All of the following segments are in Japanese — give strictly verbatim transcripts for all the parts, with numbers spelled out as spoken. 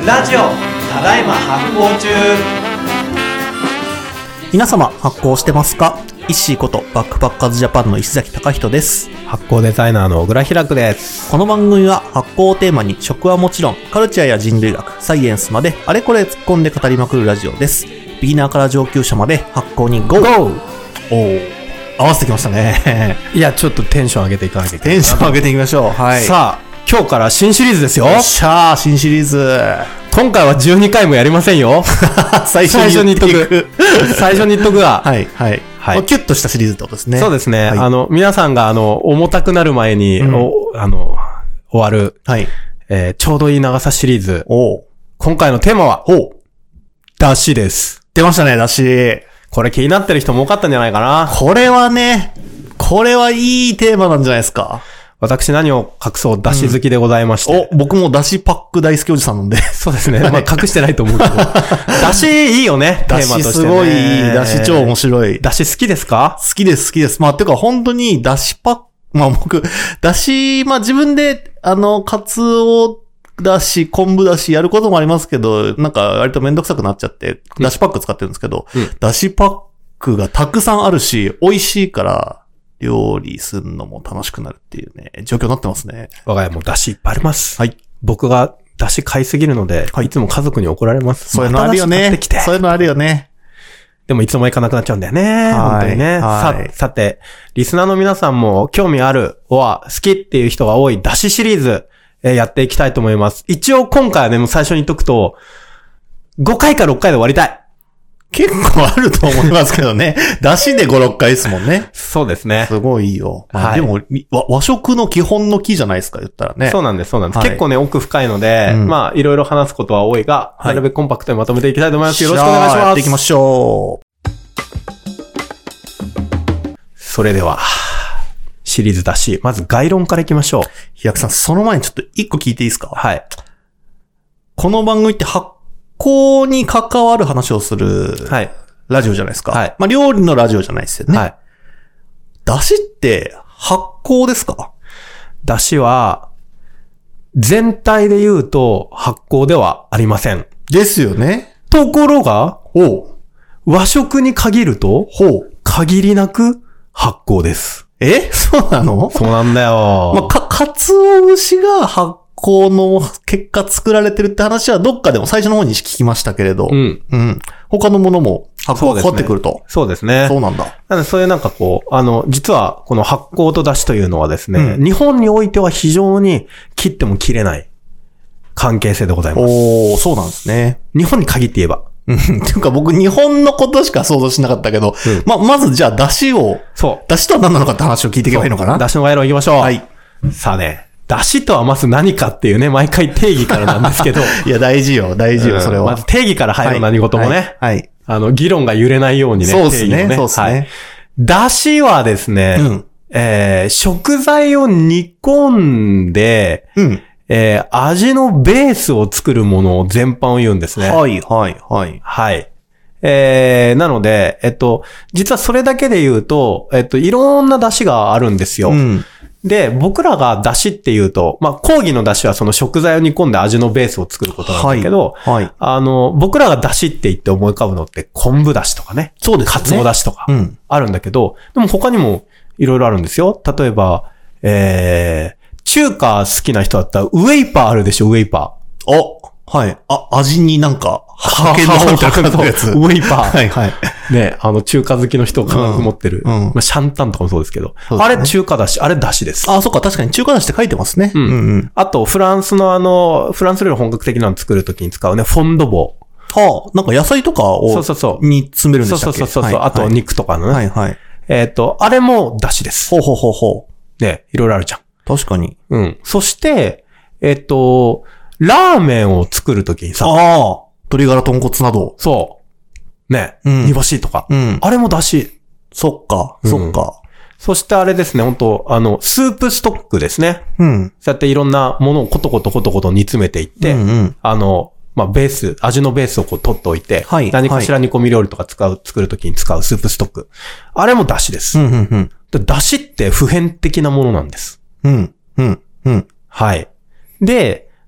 ラジオただいま発行中。 皆様発行してますか？イッシーことバックパッカーズジャパンの石崎貴人です。 発行デザイナーの小倉ひらくです。 この番組は発行をテーマに食はもちろんカルチャーや人類学、サイエンスまであれこれ突っ込んで語りまくるラジオです。ビギナーから上級者まで発行に ゴー! ゴーおー、合わせてきましたね。 いやちょっとテンション上げていかなきゃいけない。 テンション上げていきましょう。はい。 さあ今日から新シリーズですよ。 よっしゃー、新シリーズ。 今回はじゅうにかいもやりませんよ。 最初に言っていく。 最初に言っとくが。 はいはいはい。キュッとしたシリーズってことですね。 そうですね。 はい、 あの皆さんがあの重たくなる前に、うん、おあの終わる、はいえー、ちょうどいい長さシリーズ。お今回のテーマはお出汁です。 出ましたね、出汁。 これ気になってる人も多かったんじゃないかな。 これはね、これはいいテーマなんじゃないですか。 私何を隠そう出汁好きでございまして、 うん、お僕も出汁パック大好きおじさんなんで。 そうですね。まあ隠してないと思うけど。出汁いいよね。テーマとしてね。 すごいいい。出汁超面白い。 出汁好きですか？ 好きです好きです。まあてか本当に出汁パック、まあ僕出汁まあ自分であのカツオだし昆布だしやることもありますけど、なんか割とめんどくさくなっちゃって出汁パック使ってるんですけど、うん、出汁パックがたくさんあるし美味しいから。料理するのも楽しくなるっていうね、状況になってますね。 我が家も出汁いっぱいあります。 はい。 僕が出汁買いすぎるので、はい、いつも家族に怒られます。 そういうのあるよね。またそういうのあるよね。 でもいつの間にかなくなっちゃうんだよね。本当にね。さ、さて、リスナーの皆さんも興味ある、は好きっていう人が多い出汁シリーズ、えー、やっていきたいと思います。一応今回はね、もう最初に言っとくと、ごかいかろっかいで終わりたい。 結構あると思いますけどね。出汁でご、ろっかいですもんね。 そうですね。 すごいいいよ。まあ、はい、でも和、和食の基本の木じゃないですか、言ったらね。 そうなんです、そうなんです。はい、結構ね、奥深いので、うん、まあ、いろいろ話すことは多いが、はい、なるべくコンパクトにまとめていきたいと思います。よろしくお願いします。 やっていきましょう。それでは、シリーズ出汁。まず概論からいきましょう。 ひやくさん、その前にちょっと一個聞いていいですか？ はい。 この番組って発酵に関わる話をする。はい。ラジオじゃないですか。はい。まあ、料理のラジオじゃないですよね。はい。出汁って発酵ですか？ 出汁は、全体で言うと発酵ではありません。 ですよね。 ところが、 ほう。 和食に限ると、ほう。限りなく発酵です。 え？そうなの？ そうなんだよ。 まあ、か、かつお節が発酵の結果作られてるって話はどっかでも最初の方に聞きましたけれど。うん。うん。他のものも発酵が変わってくると。 そうですね。 そうなんだ。 なのでそういうなんかこう、あの、実はこの発酵と出汁というのはですね、うん、日本においては非常に切っても切れない関係性でございます。 おー、そうなんですね。 日本に限って言えば。 うん。っていうか僕日本のことしか想像しなかったけど、うん、ま、まずじゃあ出汁を、そう。出汁とは何なのかって話を聞いていけばいいのかな？ 出汁の概論いきましょう。はい。さあね。出汁とはまず何かっていうね、毎回定義からなんですけど。 いや、大事よ、大事よ、それは。 まず定義から入る何事もね。 はい。はい。 あの、議論が揺れないようにね。 そうですね、そうですね。はい。 出汁はですね、うん、えー、食材を煮込んで、うん、えー、味のベースを作るものを全般を言うんですね。 はい、はい、はい。 はい。えー、なので、えっと、実はそれだけで言うと、えっと、いろんな出汁があるんですよ。うん。で、僕らが出汁って言うと、まあ、講義の出汁はその食材を煮込んで味のベースを作ることなんだけど、はい。はい、あの、僕らが出汁って言って思い浮かぶのって昆布出汁とかね。 そうですね。 かつお出汁とか。うん。あるんだけど、でも他にもいろいろあるんですよ。例えば、えー、中華好きな人だったらウェイパーあるでしょ、ウェイパー。おはい。あ、味になんか、はけのみたいなやつ。 ウェイパー。 はいはい。 ね、あの、中華好きの人が持ってる。うん。まあ、シャンタンとかもそうですけど。ね、あれ中華だし、あれだしです。 あ、そっか、確かに中華だしって書いてますね。 うん。うんうん、あと、フランスのあの、フランス料理本格的なの作るときに使うね、フォンドボー。はあ、なんか野菜とかを、そうそうそう。に詰めるんでしたっけ？ そうそうそうそう。はい、あと、肉とかのね。 はいはい。 えっと、あれもだしです。 ほうほうほうほう。ね、いろいろあるじゃん。 確かに。 うん。そして、えっと、ラーメンを作るときにさ。 ああ。鶏ガラ豚骨など。 そう。ね。うん。煮干しとか。うん。あれもだし。 そっか。うん、そっか。 そしてあれですね、本当あの、スープストックですね。 うん。 そうやっていろんなものをコトコトコトコト煮詰めていって、うんうん、あの、まあ、ベース、味のベースをこう取っておいて、はい。何かしら煮込み料理とか使う、作るときに使うスープストック。あれも出汁です。 うんうんうん。 出汁って普遍的なものなんです。 うん。うん。うん。 はい。で、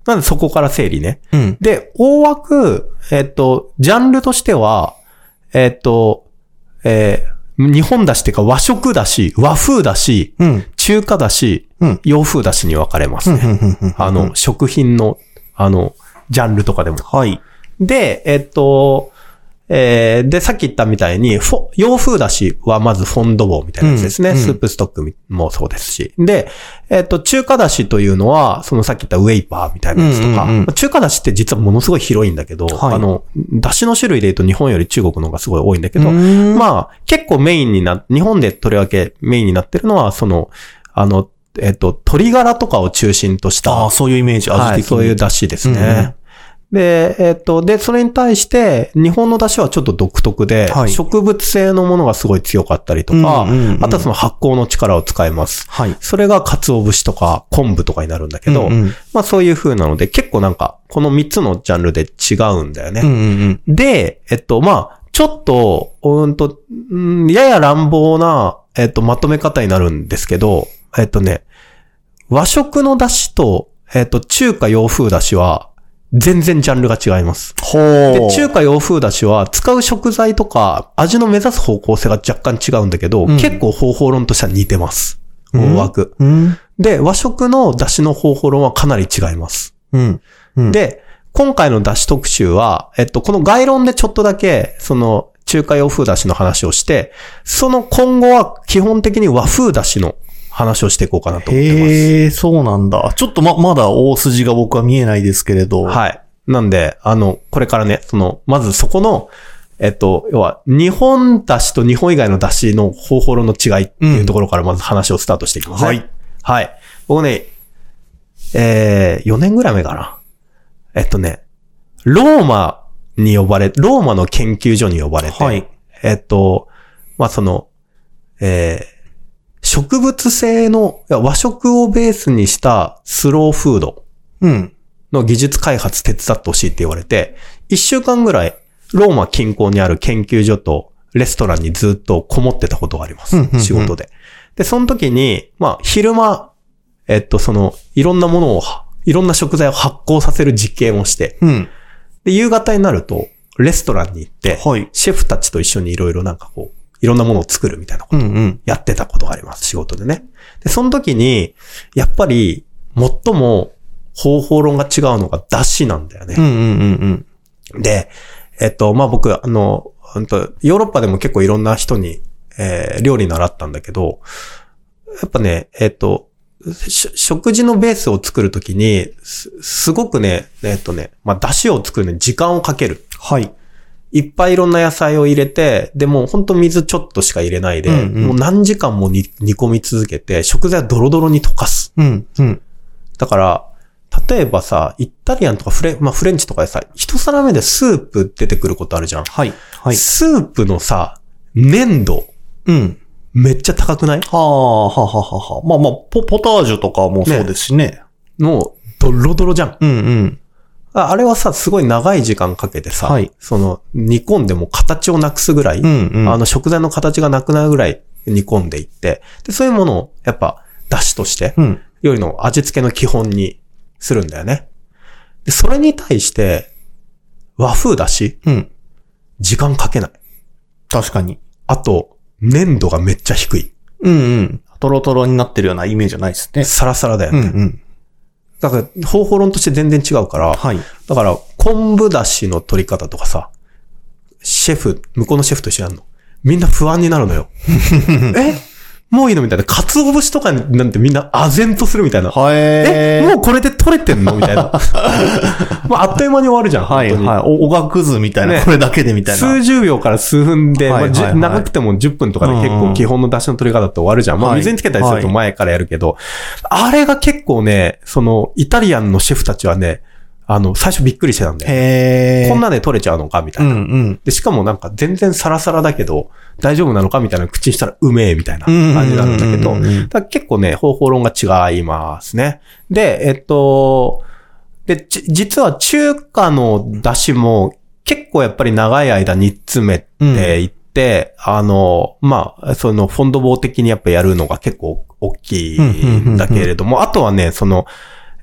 なんでそこから整理ね。 うん。 で、大枠、えっと、ジャンルとしては、えっと、えー、日本だしっていうか和食だし、和風だし、 うん、 中華だし、うん、洋風だしに分かれますね。あの、食品の、あの、ジャンルとかでも。 はい。 で、えっと、えー、で、さっき言ったみたいに、フォ洋風だしはまずフォンドボーみたいなやつですね。うん、スープストックもそうですし。で、えっと、中華だしというのは、そのさっき言ったウェイパーみたいなやつとか、うんうんうん、中華だしって実はものすごい広いんだけど、はい、あの、だしの種類で言うと日本より中国の方がすごい多いんだけど、まあ、結構メインにな、日本でとりわけメインになってるのは、その、あの、えっと、鶏ガラとかを中心とした。 ああ、そういうイメージ、 味的に。はい、そういうだしですね。うんうん、で、えっと、で、それに対して、日本の出汁はちょっと独特で、はい、植物性のものがすごい強かったりとか、うんうんうん、あとはその発酵の力を使います。はい、それが鰹節とか昆布とかになるんだけど、うんうん、まあそういう風なので、結構なんか、このみっつのジャンルで違うんだよね。 うんうんうん、 で、えっと、まあちょっと、うんと、んやや乱暴な、えっと、まとめ方になるんですけど、えっとね、和食の出汁と、えっと、中華洋風出汁は、全然ジャンルが違います。 ほう。で、中華洋風だしは使う食材とか味の目指す方向性が若干違うんだけど、うん、結構方法論としては似てます。大枠、 うんうん。 で、和食の出汁の方法論はかなり違います。 うんうん、 で、今回の出汁特集は、えっと、この概論でちょっとだけ、その中華洋風出汁の話をして、その今後は基本的に和風出汁の話をしていこうかなと思ってます。 へえ、そうなんだ。ちょっとま、まだ大筋が僕は見えないですけれど。 はい。なんで、あの、これからね、その、まずそこの、えっと、要は、日本出汁と日本以外の出汁の方法論の違いっていうところからまず話をスタートしていきますね。 はい。 はい。僕ね、えー、よねんぐらい前かな。えっとね、ローマに呼ばれ、ローマの研究所に呼ばれて、 はい。 えっと、まあ、その、えー、植物性の和食をベースにしたスローフードの技術開発手伝ってほしいって言われて、一週間ぐらいローマ近郊にある研究所とレストランにずっとこもってたことがあります。 うんうんうん、 仕事で。で、その時に、まあ、昼間、えっと、その、いろんなものを、いろんな食材を発酵させる実験をして、 うん、 で、夕方になると、レストランに行って、 はい、 シェフたちと一緒にいろいろなんかこう、いろんなものを作るみたいなことをやってたことがあります。仕事でね。で、その時に、やっぱり、最も方法論が違うのが出汁なんだよね。 うんうんうんうん、で、えっと、まあ、僕、あの、本当ヨーロッパでも結構いろんな人に、えー、料理習ったんだけど、やっぱね、えっと、食事のベースを作るときにす、すごくね、えっとね、まあ、出汁を作るのに時間をかける。 はい。 いっぱいいろんな野菜を入れて、でも本当水ちょっとしか入れないで、うんうん、もう何時間も煮込み続けて、食材をドロドロに溶かす。 うんうん、 だから、例えばさ、イタリアンとかフレ、まあ、フレンチとかでさ、一皿目でスープ出てくることあるじゃん。 はい。はい。 スープのさ、粘度。 うん。 めっちゃ高くない？ はあ、はあ、はあ、はあ。まあまあ、ポ、ポタージュとかもそうですしね。 ねもう、ドロドロじゃん。 うんうん。 あれはさ、すごい長い時間かけてさ、 はい、 その、煮込んでも形をなくすぐらい、 うんうん、 あの食材の形がなくなるぐらい煮込んでいって、で、そういうものを、やっぱ、出汁として、 うん、 料理の味付けの基本にするんだよね。で、それに対して、和風だし、 うん、 時間かけない。 確かに。 あと、粘度がめっちゃ低い。 うんうん。トロトロになってるようなイメージじゃないですね。 サラサラだよね。 うんうん。 だから、方法論として全然違うから、 はい。 だから、昆布だしの取り方とかさ、シェフ、向こうのシェフと一緒にやるの。みんな不安になるのよ。えもういいのみたいな。鰹節とかなんてみんな唖然とするみたいな。 はえもうこれで取れてんのみたいな。まあ、あっという間に終わるじゃん。 はいはい。お、おがくずみたいな、ね。これだけでみたいな。 数十秒から数分で、はいはいはいまあ、長くてもじゅっぷんとかで結構基本の出汁の取り方って終わるじゃん。うんうん、まあ、水につけたりすると前からやるけど、はいはい、あれが結構ね、その、イタリアンのシェフたちはね、あの、最初びっくりしてたんだよ。 へー。 こんなで取れちゃうのかみたいな、 うんうん。 で、しかもなんか全然サラサラだけど、大丈夫なのかみたいな口にしたらうめえみたいな感じなんだけど、だ結構ね、方法論が違いますね。で、えっと、で、実は中華の出汁も結構やっぱり長い間煮詰めていって、うん、あの、まあ、そのフォンドボー的にやっぱやるのが結構大きいんだけれども、あとはね、その、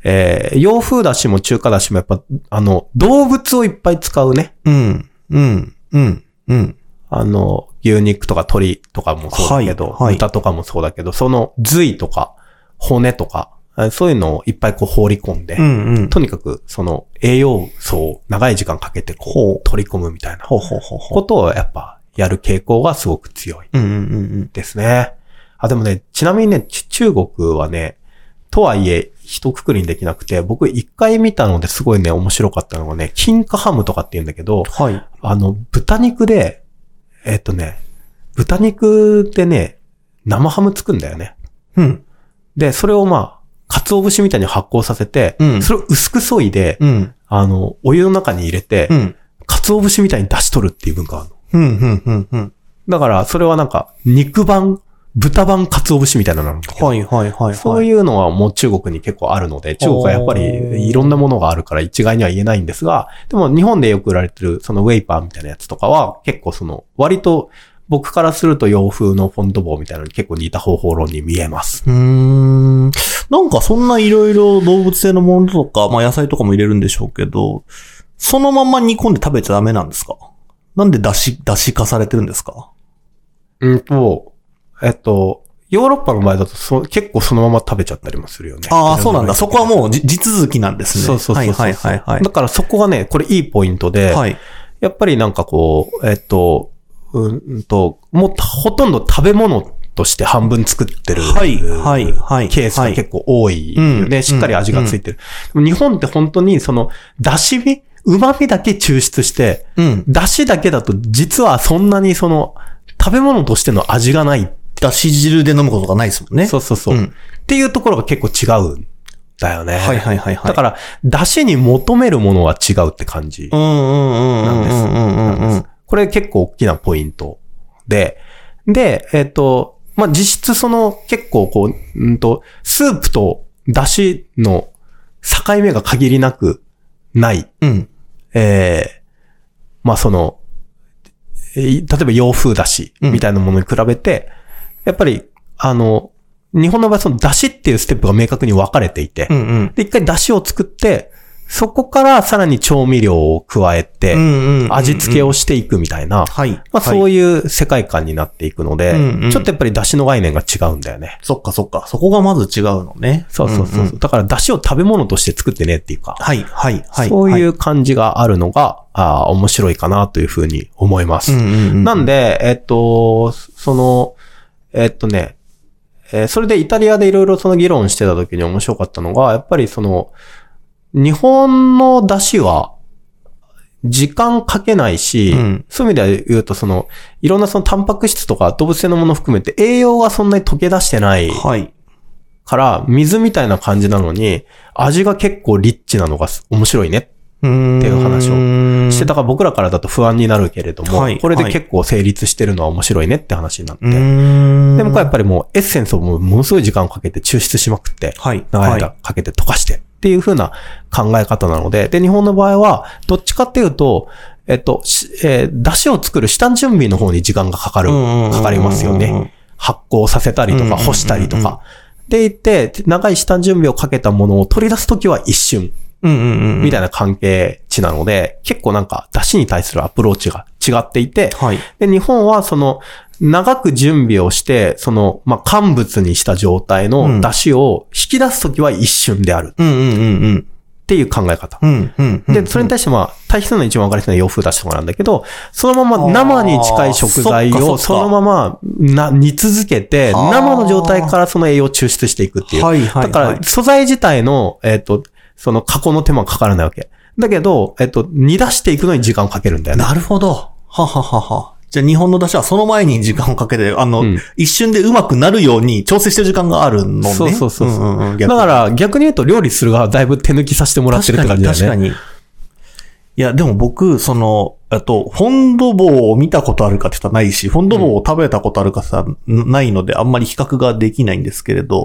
えー、洋風だしも中華だしもやっぱ、あの、動物をいっぱい使うね。 うん、うん、うん、うん。 あの、牛肉とか鶏とかもそうだけど、 はいはい、 豚とかもそうだけど、その髄とか骨とか、そういうのをいっぱいこう放り込んで、 うんうん、 とにかくその栄養素を長い時間かけてこう取り込むみたいなことをやっぱやる傾向がすごく強いですね。あ、でもね、ちなみにね、中国はね、とはいえ一括りにできなくて、僕一回見たのですごいね、面白かったのがね、金華ハムとかって言うんだけど、 はい、 あの、豚肉で、えっとね、豚肉でね、生ハム作るんだよね。 うん。 で、それをまあ、鰹節みたいに発酵させて、うん、それを薄く削いで、うん、あの、お湯の中に入れて、うん、鰹節みたいに出し取るっていう文化があるの。 うんうんうんうん、 だから、それはなんか、肉版、豚版鰹節みたいなのなんだけど、 はいはいはいはい、 そういうのはもう中国に結構あるので、中国はやっぱりいろんなものがあるから一概には言えないんですが、でも日本でよく売られてるそのウェイパーみたいなやつとかは結構その割と僕からすると洋風のフォント棒みたいなのに結構似た方法論に見えます。 うーん。なんかそんないろいろ動物性のものとか、まあ野菜とかも入れるんでしょうけど、そのまま煮込んで食べちゃダメなんですか？なんで出し、出し化されてるんですか？ うんと、えっと、ヨーロッパの場合だとそ結構そのまま食べちゃったりもするよね。 ああ、そうなんだ。そこはもう地続きなんですね。 そうそうそうそう。はいはいはい、はい。だからそこがね、これいいポイントで、はい、やっぱりなんかこう、えっと、うんと、もうほとんど食べ物として半分作ってる。はい、はい、はい。ケースが結構多いよね。はい、しっかり味がついてる。うんうん、日本って本当にその、出汁味旨味だけ抽出して、うん、出汁だけだと実はそんなにその、食べ物としての味がない。 出汁汁で飲むことがないですもんね。 そうそうそう。うん、っていうところが結構違うんだよね。 はいはいはいはい。 だから、出汁に求めるものは違うって感じなんです。これ結構大きなポイントで、で、えっと、まあ、実質その結構こう、うんと、スープと出汁の境目が限りなくない。うん、えー、まあ、その、例えば洋風出汁みたいなものに比べて、うん、やっぱり、あの、日本の場合その出汁っていうステップが明確に分かれていて、うんうん、で、一回出汁を作って、そこからさらに調味料を加えて、味付けをしていくみたいな、はい。まあそういう世界観になっていくので、うんうん、ちょっとやっぱり出汁の概念が違うんだよね。 そっかそっか。そこがまず違うのね。 そうそうそう。うんうん、だから出汁を食べ物として作ってねっていうか、 はい、はい、はい。 そういう感じがあるのが、あ面白いかなというふうに思います。うんうんうん、なんで、えっと、その、えっとね、えー、それでイタリアでいろいろその議論してた時に面白かったのが、やっぱりその、日本の出汁は時間かけないし、うん、そういう意味で言うとその、いろんなそのタンパク質とか動物性のものを含めて栄養がそんなに溶け出してない。はい。から、水みたいな感じなのに、味が結構リッチなのが面白いねっていう話をして、だから僕らからだと不安になるけれども、はい、これで結構成立してるのは面白いねって話になって。でもこれやっぱりもうエッセンスをものすごい時間をかけて抽出しまくって、はい、長い間かけて溶かしてっていう風な考え方なので、で、日本の場合は、どっちかっていうと、えっと、えー、出汁を作る下準備の方に時間がかかる、かかりますよね。発酵させたりとか干したりとか。でいて、長い下準備をかけたものを取り出すときは一瞬。みたいな関係値なので、結構なんか出汁に対するアプローチが違っていて、はい、で、日本はその、長く準備をして、その、まあ、乾物にした状態の出汁を引き出すときは一瞬である。っていう考え方。で、それに対してまあ、対比するのが一番分かりやすいのは洋風出汁とかなんだけど、そのまま生に近い食材をそのままな煮続けて、生の状態からその栄養を抽出していくっていう。はいはいはい、だから、素材自体の、えっと、その加工の手間がかからないわけ。だけど、えっと、煮出していくのに時間をかけるんだよね。 なるほど。はははは。じゃあ日本の出汁はその前に時間をかけて、あの、うん、一瞬でうまくなるように調整してる時間があるのね。 そうそうそう。うんうんうん、だから逆に言うと料理する側はだいぶ手抜きさせてもらってるって感じだね。確かに。確かに。 いや、でも僕、その、あと、フォンドボーを見たことあるかって言ったらないし、フォンドボーを食べたことあるかさ、うん、ないのであんまり比較ができないんですけれど、うん、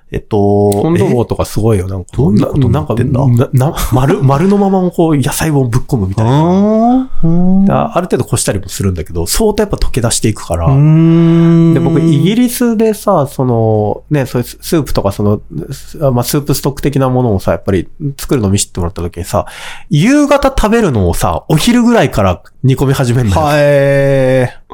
えっと、 フォンドボーとかすごいよ。なんか、 どういうことになってんだな、な、な丸、丸のままこう野菜をぶっ込むみたいな。あ, ある程度こしたりもするんだけど、相当やっぱ溶け出していくから。で、僕、イギリスでさ、その、ね、そういうスープとかその、まあ、スープストック的なものをさ、やっぱり作るの見せてもらった時にさ、夕方食べるのをさ、お昼ぐらいから煮込み始めるんだよ。 はい。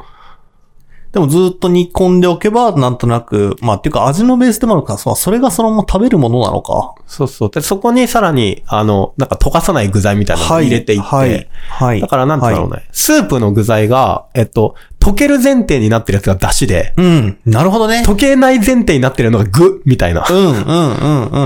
でもずっと煮込んでおけば、なんとなく、まあ、っていうか味のベースでもあるから、それがそのまま食べるものなのか。 そうそう。で、そこにさらに、あの、なんか溶かさない具材みたいなのを入れていって、 はい。はい。はい、 だからなんて言うんだろうね、はい。スープの具材が、えっと、溶ける前提になってるやつが出汁で。 うん。なるほどね。 溶けない前提になってるのが具みたいな。 うん、うん、うん、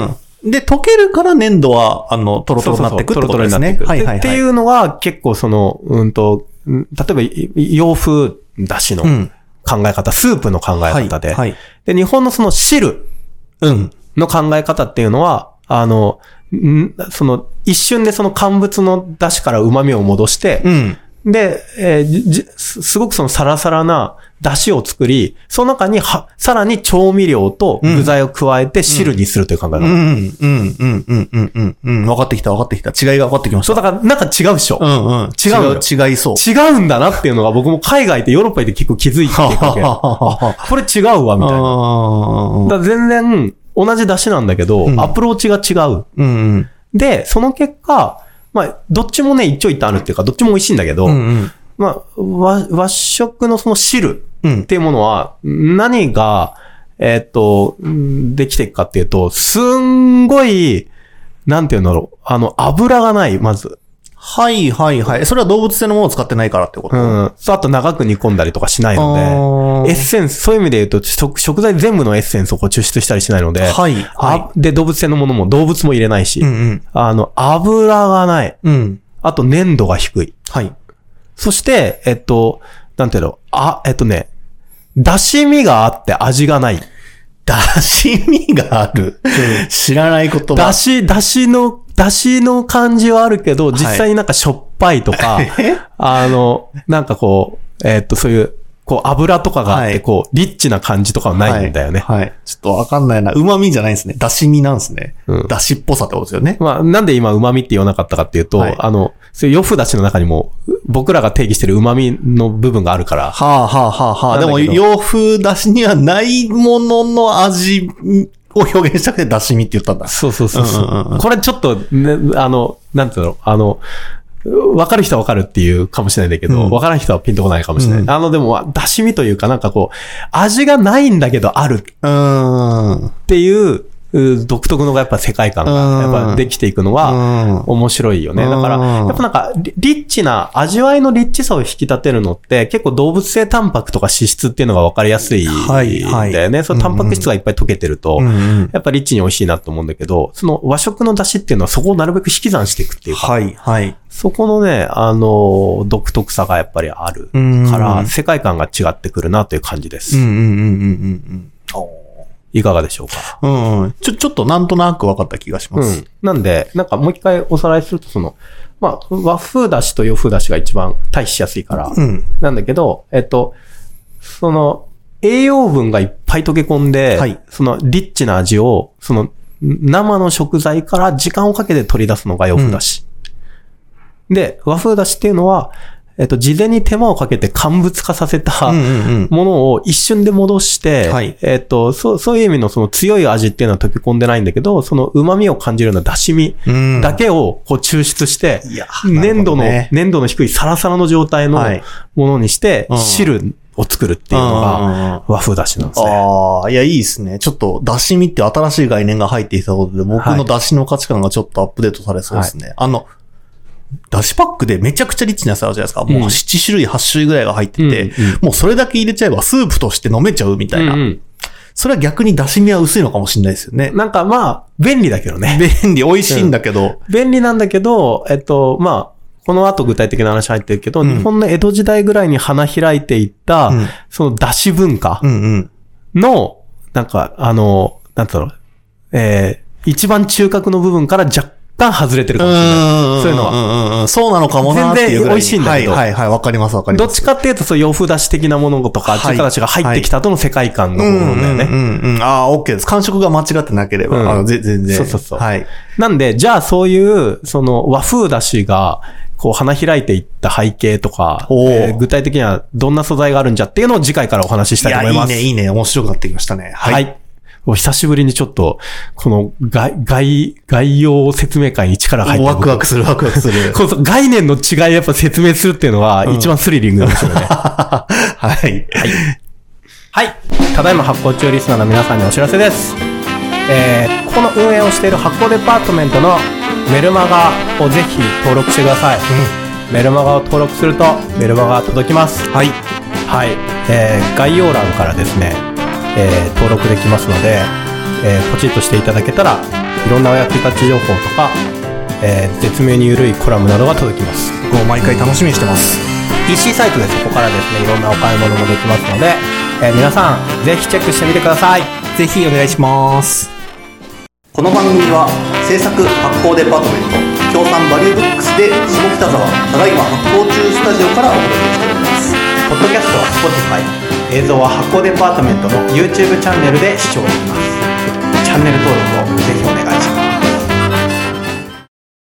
うん。で、溶けるから粘土は、あの、トロトロになっていくってことですね。 そうそうそうトロトロになっていく。はいはいはい。っていうのは結構その、うんと、例えば洋風出汁の、うん考え方、スープの考え方で、はいはい、で、日本のその汁の考え方っていうのは、あの、んその、一瞬でその乾物の出汁から旨味を戻して、うん、で、えーじ、すごくそのサラサラな出汁を作り、その中には、さらに調味料と具材を加えて汁にするという考え方。 うん、うん、うん、うん、うん、うん、うん、うん、分かってきた、分かってきた。違いが分かってきました。 そう、だからなんか違うでしょ。 うん、うん。 違う違う。違いそう。 違うんだなっていうのが僕も海外でヨーロッパで結構気づいていくわけ。これ違うわ、みたいな。だから全然同じ出汁なんだけど、うん、アプローチが違う。うんうん、で、その結果、まあ、どっちもね、一長一短あるっていうか、どっちも美味しいんだけど、うんうん、まあ、和、和食のその汁っていうものは、何が、えっと、できていくかっていうと、すんごい、なんていうんだろう、あの、油がない、まず。 はいはいはい。それは動物性のものを使ってないからってこと？ うん。そう、あと長く煮込んだりとかしないので、エッセンス、そういう意味で言うと、食、食材全部のエッセンスをこう抽出したりしないので、はい、はい。で、動物性のものも動物も入れないし、うんうん、あの、油がない。うん。あと粘度が低い。はい。そして、えっと、なんていうの、あ、えっとね、出汁味があって味がない。 出汁味がある、うん、知らない言葉。 出汁、出汁の、出汁の感じはあるけど、実際になんかしょっぱいとか、はい、あの、なんかこう、えー、っと、そういう、こう油とかがあって、こう、はい、リッチな感じとかはないんだよね。 はい。はい、ちょっとわかんないな。旨味じゃないんですね。出汁味なんですね。うん。出汁っぽさってことですよね。 まあ、なんで今旨味って言わなかったかっていうと、はい、あの、そういう洋風出汁の中にも、僕らが定義してる旨味の部分があるから。 はあはあはあはあ。でも洋風出汁にはないものの味を表現したくて出汁味って言ったんだ。 そうそうそうそう、うんうんうん。これちょっと、ね、あの、なんていうの、あの、わかる人はわかるっていうかもしれないんだけど、わ、うん、からない人はピンとこないかもしれない。うん、あの、でも、出汁味というかなんかこう、味がないんだけどある。っていう、独特のやっぱ世界観がやっぱできていくのは面白いよね。だから、やっぱなんかリッチな、味わいのリッチさを引き立てるのって結構動物性タンパクとか脂質っていうのが分かりやすいんだよね。はいはい、そのタンパク質がいっぱい溶けてると、やっぱリッチに美味しいなと思うんだけど、その和食の出汁っていうのはそこをなるべく引き算していくっていうか、はいはい、そこのね、あの、独特さがやっぱりあるから、世界観が違ってくるなという感じです。うんうんうんうんうん。いかがでしょうか。 うんうん。ちょ、ちょっとなんとなく分かった気がします。 うん。なんで、なんかもう一回おさらいすると、その、まあ、和風だしと洋風だしが一番対比しやすいから、うん、なんだけど、えっと、その、栄養分がいっぱい溶け込んで、はい、その、リッチな味を、その、生の食材から時間をかけて取り出すのが洋風だし。うん、で、和風だしっていうのは、えっと、事前に手間をかけて乾物化させたものを一瞬で戻して、はい、えっと、そう、そういう意味のその強い味っていうのは溶け込んでないんだけど、その旨味を感じるような出汁味だけをこう抽出して、うん、粘度の、ね、粘度の低いサラサラの状態のものにして、はい、汁を作るっていうのが和風だしなんですね。 ああ、いや、いいですね。ちょっと出汁味って新しい概念が入っていたことで、僕の出汁の価値観がちょっとアップデートされそうですね。はい、あの、だしパックでめちゃくちゃリッチなやつあるじゃないですか。もうなな種類、はち種類ぐらいが入ってて、うんうん、もうそれだけ入れちゃえばスープとして飲めちゃうみたいな。うんうん、それは逆に出汁味は薄いのかもしれないですよね。 なんかまあ、便利だけどね。 便利、美味しいんだけど、うん。 便利なんだけど、えっと、まあ、この後具体的な話入ってるけど、うん、日本の江戸時代ぐらいに花開いていった、うん、その出汁文化の、うんうん、なんか、あの、なんだろう、えー、一番中核の部分から若干外れてるかもしれない。そういうのは。 うんうん。そうなのかもなっていうぐらい。 全然美味しいんだけど。 はいはいはい。わかりますわかります。 どっちかっていうと、そう洋風だし的なものとか、中華だしが入ってきた後の世界観のものだよね。 うんうんうん。ああ、OK です。感触が間違ってなければ。うん、あ全然。 そうそうそう。 はい。 なんで、じゃあそういう、その和風だしが、こう花開いていった背景とか、えー、具体的にはどんな素材があるんじゃっていうのを次回からお話ししたいと思います。 いや、いいね、いいね。面白くなってきましたね。 はい。はいお久しぶりにちょっと、この概、概、概要説明会に力が入ってる。 ワクワクする、ワクワクする。 この概念の違いやっぱ説明するっていうのは一番スリリングなんですよね。うん、 はい。はい。 はい。ただいま発行中リスナーの皆さんにお知らせです。えー、ここの運営をしている発行デパートメントのメルマガをぜひ登録してください。うん、メルマガを登録するとメルマガが届きます。 はい。 はい。えー、概要欄からですね、えー、登録できますので、えー、ポチッとしていただけたらいろんなお役立ち情報とか、えー、絶妙に緩いコラムなどが届きます。 もう毎回楽しみにしてます。 ピーシー サイトでそこからですねいろんなお買い物もできますので、えー、皆さんぜひチェックしてみてください。 ぜひお願いします。 この番組は制作発行デパートメント協賛バリューブックスで下北沢ただいま発行中スタジオからお届けしております。 ポッドキャストは Spotify、映像は発行デパートメントの YouTube チャンネルで視聴できます。チャンネル登録をぜひお願いします。